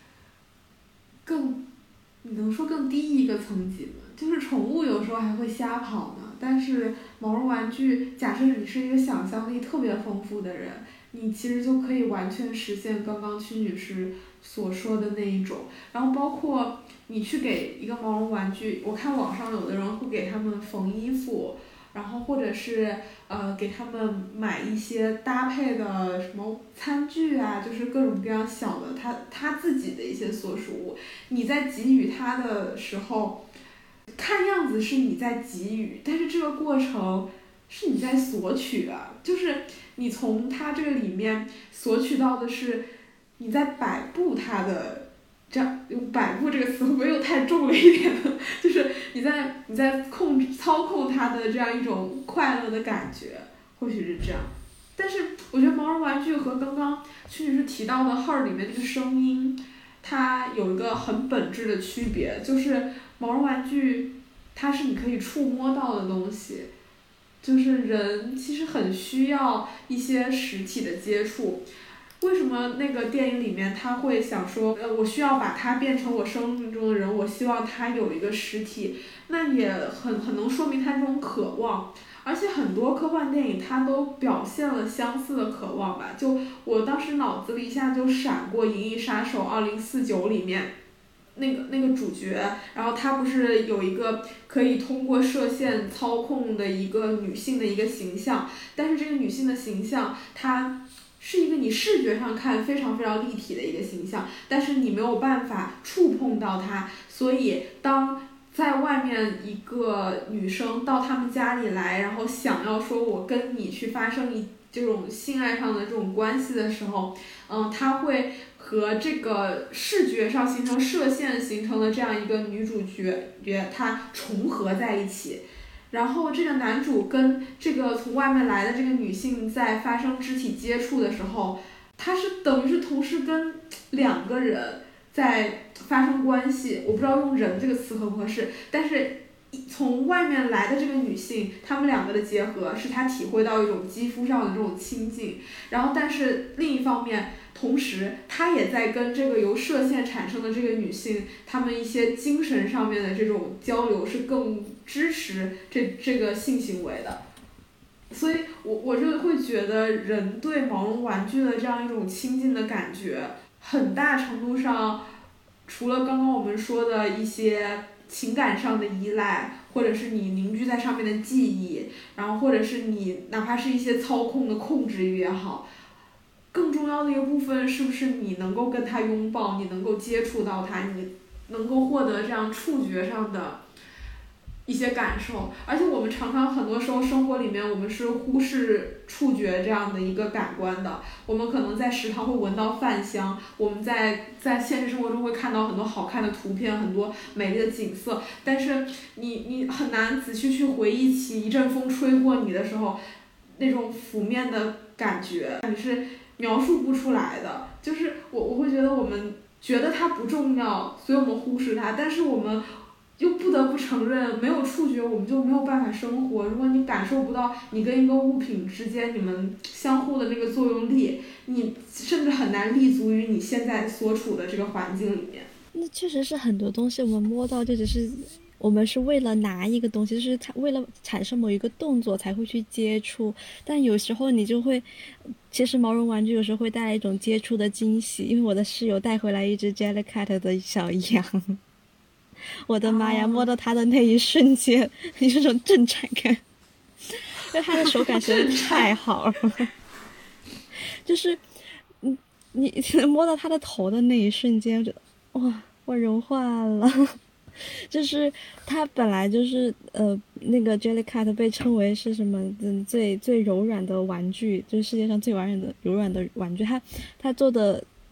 Speaker 2: 更，你能说更低一个层级吗？就是宠物有时候还会瞎跑呢，但是毛绒玩具，假设你是一个想象力特别丰富的人，你其实就可以完全实现刚刚屈女士所说的那一种。然后包括你去给一个毛绒玩具，我看网上有的人会给他们缝衣服，然后或者是呃给他们买一些搭配的什么餐具啊，就是各种各样小的他他自己的一些所属物。你在给予他的时候，看样子是你在给予，但是这个过程是你在索取啊，就是你从他这个里面索取到的是你在摆布他的，这样用摆布这个词会不会又太重了一点呢？就是你在你在控制操控他的这样一种快乐的感觉，或许是这样。但是我觉得毛绒玩具和刚刚屈女士提到的 Her 里面这个声音，它有一个很本质的区别，就是毛绒玩具它是你可以触摸到的东西，就是人其实很需要一些实体的接触。为什么那个电影里面他会想说，呃，我需要把它变成我生命中的人，我希望它有一个实体，那也很很能说明他这种渴望。而且很多科幻电影它都表现了相似的渴望吧，就我当时脑子里一下就闪过《银翼杀手二零四九》里面那个那个主角，然后她不是有一个可以通过射线操控的一个女性的一个形象，但是这个女性的形象她是一个你视觉上看非常非常立体的一个形象，但是你没有办法触碰到它，所以当在外面一个女生到他们家里来，然后想要说我跟你去发生一这种性爱上的这种关系的时候，嗯，她会和这个视觉上形成射线形成的这样一个女主角她重合在一起，然后这个男主跟这个从外面来的这个女性在发生肢体接触的时候，他是等于是同时跟两个人在发生关系，我不知道用人这个词合不合适，但是从外面来的这个女性，他们两个的结合是他体会到一种肌肤上的这种亲近，然后但是另一方面同时他也在跟这个由射线产生的这个女性，他们一些精神上面的这种交流是更支持这这个性行为的。所以我我就会觉得人对毛绒玩具的这样一种亲近的感觉，很大程度上除了刚刚我们说的一些情感上的依赖，或者是你凝聚在上面的记忆，然后或者是你哪怕是一些操控的控制欲也好，更重要的一个部分是不是你能够跟他拥抱，你能够接触到他，你能够获得这样触觉上的一些感受。而且我们常常很多时候生活里面我们是忽视触觉这样的一个感官的，我们可能在食堂会闻到饭香，我们在在现实生活中会看到很多好看的图片，很多美丽的景色，但是你你很难仔细去回忆起一阵风吹过你的时候那种拂面的感觉，你是描述不出来的。就是我我会觉得我们觉得它不重要，所以我们忽视它，但是我们又不得不承认，没有触觉我们就没有办法生活。如果你感受不到你跟一个物品之间你们相互的那个作用力，你甚至很难立足于你现在所处的这个环境里面。
Speaker 3: 那确实是很多东西我们摸到就只是我们是为了拿一个东西，就是为了产生某一个动作才会去接触，但有时候你就会，其实毛绒玩具有时候会带来一种接触的惊喜。因为我的室友带回来一只 Jellycat 的小羊，我的妈呀，摸到它的那一瞬间有这种震颤感，因为它的手感实在太好了，就是你你摸到它的头的那一瞬间，我觉得哇，我融化了。就是它本来就是呃，那个 Jellycat 被称为是什么嗯最最柔软的玩具，就是世界上最软软的柔软的玩具。它它做的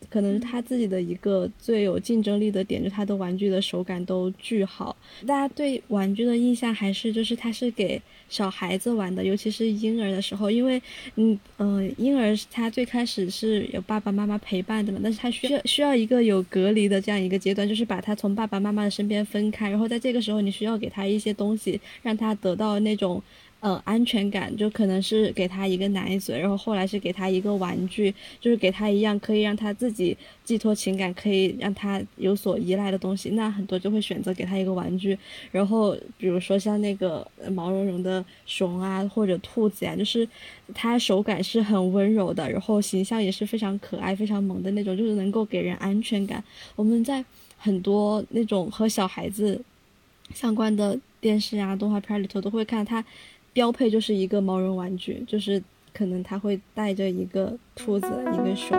Speaker 3: 可能是他自己的一个最有竞争力的点，就他的玩具的手感都巨好。大家对玩具的印象还是就是它是给小孩子玩的，尤其是婴儿的时候，因为嗯嗯、呃，婴儿他最开始是有爸爸妈妈陪伴的嘛，但是他需要需要一个有隔离的这样一个阶段，就是把他从爸爸妈妈的身边分开，然后在这个时候你需要给他一些东西，让他得到那种呃安全感，就可能是给他一个奶嘴，然后后来是给他一个玩具，就是给他一样可以让他自己寄托情感，可以让他有所依赖的东西，那很多就会选择给他一个玩具。然后比如说像那个毛茸茸的熊啊或者兔子呀，就是它手感是很温柔的，然后形象也是非常可爱非常萌的那种，就是能够给人安全感。我们在很多那种和小孩子相关的电视啊动画片里头都会看，它标配就是一个毛绒玩具，就是可能它会带着一个兔子一个熊。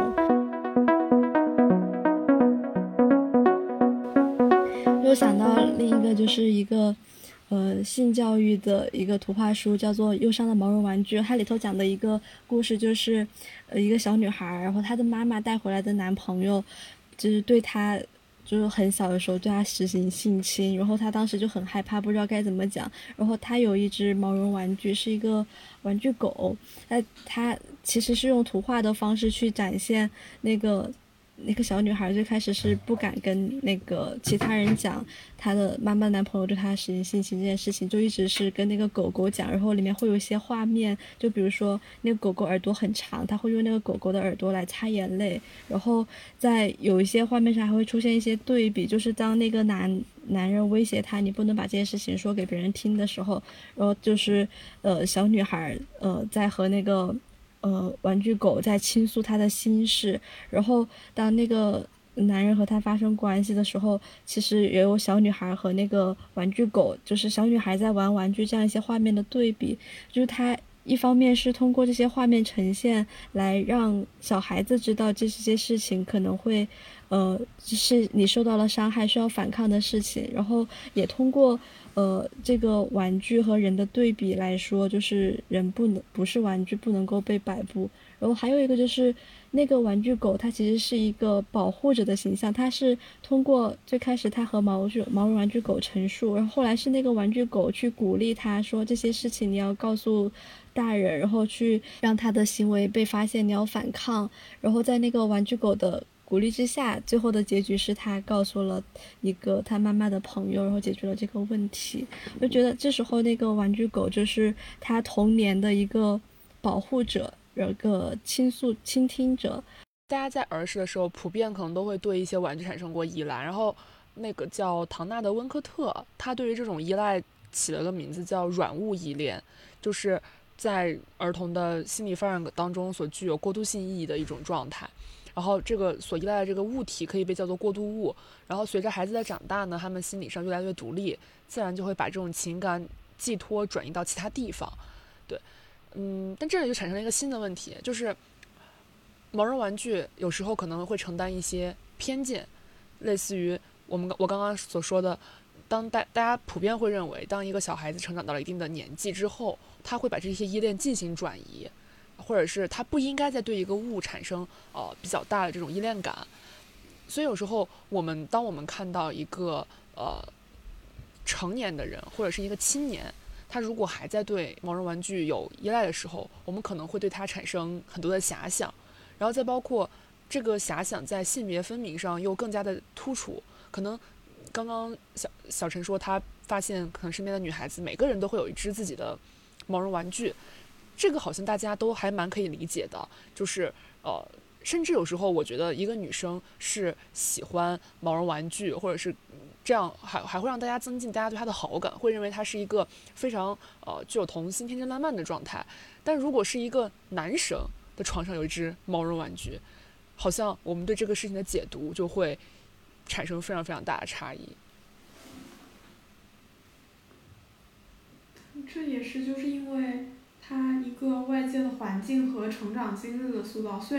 Speaker 3: 又想到另一个就是一个呃性教育的一个图画书，叫做《忧伤的毛绒玩具》，它里头讲的一个故事就是呃一个小女孩，然后她的妈妈带回来的男朋友就是对她就是很小的时候对她实行性侵，然后她当时就很害怕，不知道该怎么讲。然后她有一只毛绒玩具，是一个玩具狗，那她其实是用图画的方式去展现那个那个小女孩最开始是不敢跟那个其他人讲她的妈妈男朋友对她实行性侵这件事情，就一直是跟那个狗狗讲。然后里面会有一些画面，就比如说那个狗狗耳朵很长，她会用那个狗狗的耳朵来擦眼泪。然后在有一些画面上还会出现一些对比，就是当那个男男人威胁她你不能把这件事情说给别人听的时候，然后就是呃小女孩呃在和那个呃玩具狗在倾诉她的心事。然后当那个男人和她发生关系的时候，其实也有小女孩和那个玩具狗，就是小女孩在玩玩具这样一些画面的对比，就是她一方面是通过这些画面呈现来让小孩子知道这些事情可能会呃是你受到了伤害需要反抗的事情，然后也通过呃这个玩具和人的对比来说，就是人不能不是玩具不能够被摆布。然后还有一个就是那个玩具狗它其实是一个保护者的形象，它是通过最开始它和毛毛绒玩具狗陈述，然后后来是那个玩具狗去鼓励它说这些事情你要告诉大人，然后去让他的行为被发现，你要反抗。然后在那个玩具狗的鼓励之下，最后的结局是他告诉了一个他妈妈的朋友，然后解决了这个问题。我就觉得这时候那个玩具狗就是他童年的一个保护者，一个倾诉倾听者。
Speaker 1: 大家在儿时的时候普遍可能都会对一些玩具产生过依赖，然后那个叫唐纳德·温克特，他对于这种依赖起了个名字叫软物依恋，就是在儿童的心理发展当中所具有过渡性意义的一种状态。然后这个所依赖的这个物体可以被叫做过渡物，然后随着孩子的长大呢，他们心理上越来越独立，自然就会把这种情感寄托转移到其他地方。对，嗯，但这里就产生了一个新的问题，就是毛绒玩具有时候可能会承担一些偏见，类似于我们我刚刚所说的，当大大家普遍会认为，当一个小孩子成长到了一定的年纪之后，他会把这些依恋进行转移，或者是他不应该再对一个物产生呃比较大的这种依恋感。所以有时候我们当我们看到一个呃成年的人或者是一个青年，他如果还在对毛绒玩具有依赖的时候，我们可能会对他产生很多的遐想，然后再包括这个遐想在性别分明上又更加的突出。可能刚刚小小陈说他发现可能身边的女孩子每个人都会有一只自己的毛绒玩具，这个好像大家都还蛮可以理解的，就是呃，甚至有时候我觉得一个女生是喜欢毛绒玩具，或者是这样还还会让大家增进大家对她的好感，会认为她是一个非常呃具有童心、天真烂漫的状态。但如果是一个男生的床上有一只毛绒玩具，好像我们对这个事情的解读就会产生非常非常大的差异。
Speaker 2: 这也是就是因为他一个外界的环境和成长经历的塑造，虽然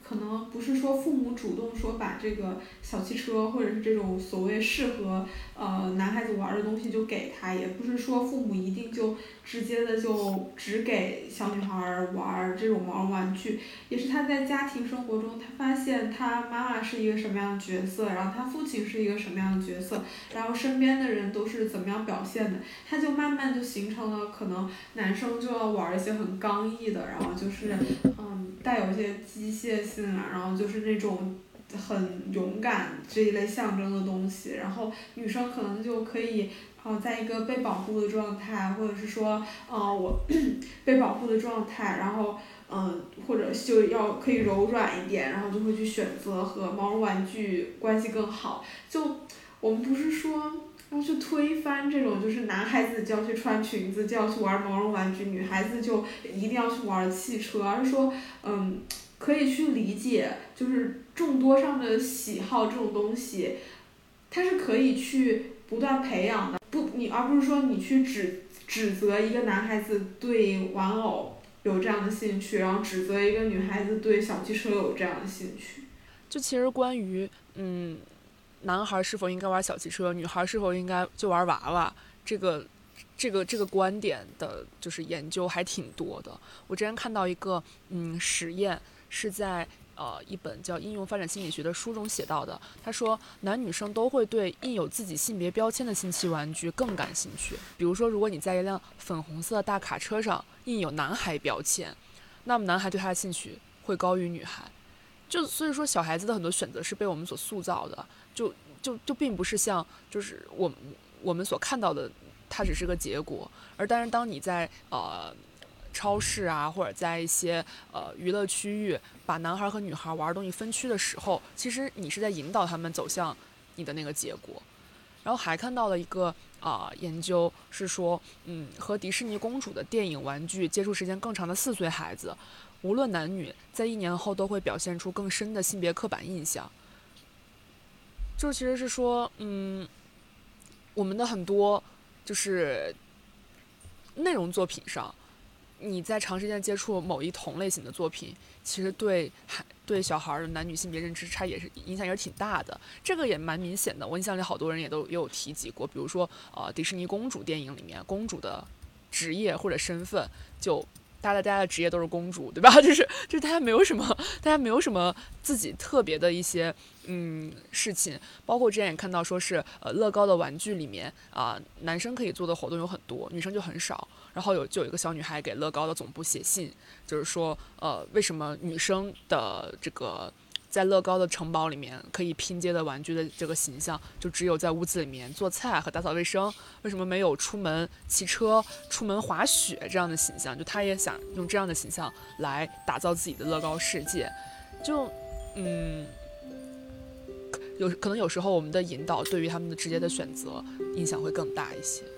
Speaker 2: 可能不是说父母主动说把这个小汽车或者是这种所谓适合呃男孩子玩的东西就给他，也不是说父母一定就直接的就只给小女孩玩这种毛绒玩具，也是他在家庭生活中，他发现他妈妈是一个什么样的角色，然后他父亲是一个什么样的角色，然后身边的人都是怎么样表现的，他就慢慢就形成了可能男生就要玩一些很刚毅的，然后就是嗯带有一些机械性啊，然后就是那种很勇敢这一类象征的东西，然后女生可能就可以呃在一个被保护的状态，或者是说呃我被保护的状态，然后嗯，或者就要可以柔软一点，然后就会去选择和毛绒玩具关系更好。就我们不是说要去推翻这种，就是男孩子就要去穿裙子，就要去玩毛绒玩具，女孩子就一定要去玩汽车，而是说，嗯，可以去理解，就是众多上的喜好这种东西，它是可以去不断培养的，不，你而不是说你去指指责一个男孩子对玩偶有这样的兴趣，然后指责一个女孩子对小汽车有这样的兴趣。
Speaker 1: 就其实关于嗯，男孩是否应该玩小汽车，女孩是否应该就玩娃娃，这个这个这个观点的，就是研究还挺多的。我之前看到一个嗯实验，是在呃一本叫《应用发展心理学》的书中写到的。他说，男女生都会对印有自己性别标签的新奇玩具更感兴趣。比如说，如果你在一辆粉红色的大卡车上印有男孩标签，那么男孩对他的兴趣会高于女孩。就所以说，小孩子的很多选择是被我们所塑造的，就就就并不是像就是我我们所看到的，它只是个结果。而但是当你在呃超市啊，或者在一些呃娱乐区域，把男孩和女孩玩东西分区的时候，其实你是在引导他们走向你的那个结果。然后还看到了一个啊、呃、研究是说，嗯，和迪士尼公主的电影玩具接触时间更长的四岁孩子，无论男女，在一年后都会表现出更深的性别刻板印象。就其实是说，嗯，我们的很多就是内容作品上，你在长时间接触某一同类型的作品，其实对孩对小孩的男女性别认知差也是影响也是挺大的。这个也蛮明显的，我印象里好多人也都也有提及过，比如说呃迪士尼公主电影里面，公主的职业或者身份就。大家大家的职业都是公主，对吧？就是就是大家没有什么，大家没有什么自己特别的一些嗯事情。包括之前也看到说是呃乐高的玩具里面啊、呃，男生可以做的活动有很多，女生就很少。然后有就有一个小女孩给乐高的总部写信，就是说呃为什么女生的这个在乐高的城堡里面可以拼接的玩具的这个形象，就只有在屋子里面做菜和打扫卫生，为什么没有出门骑车、出门滑雪这样的形象？就她也想用这样的形象来打造自己的乐高世界。就嗯，有可能有时候我们的引导对于他们的直接的选择影响会更大一些。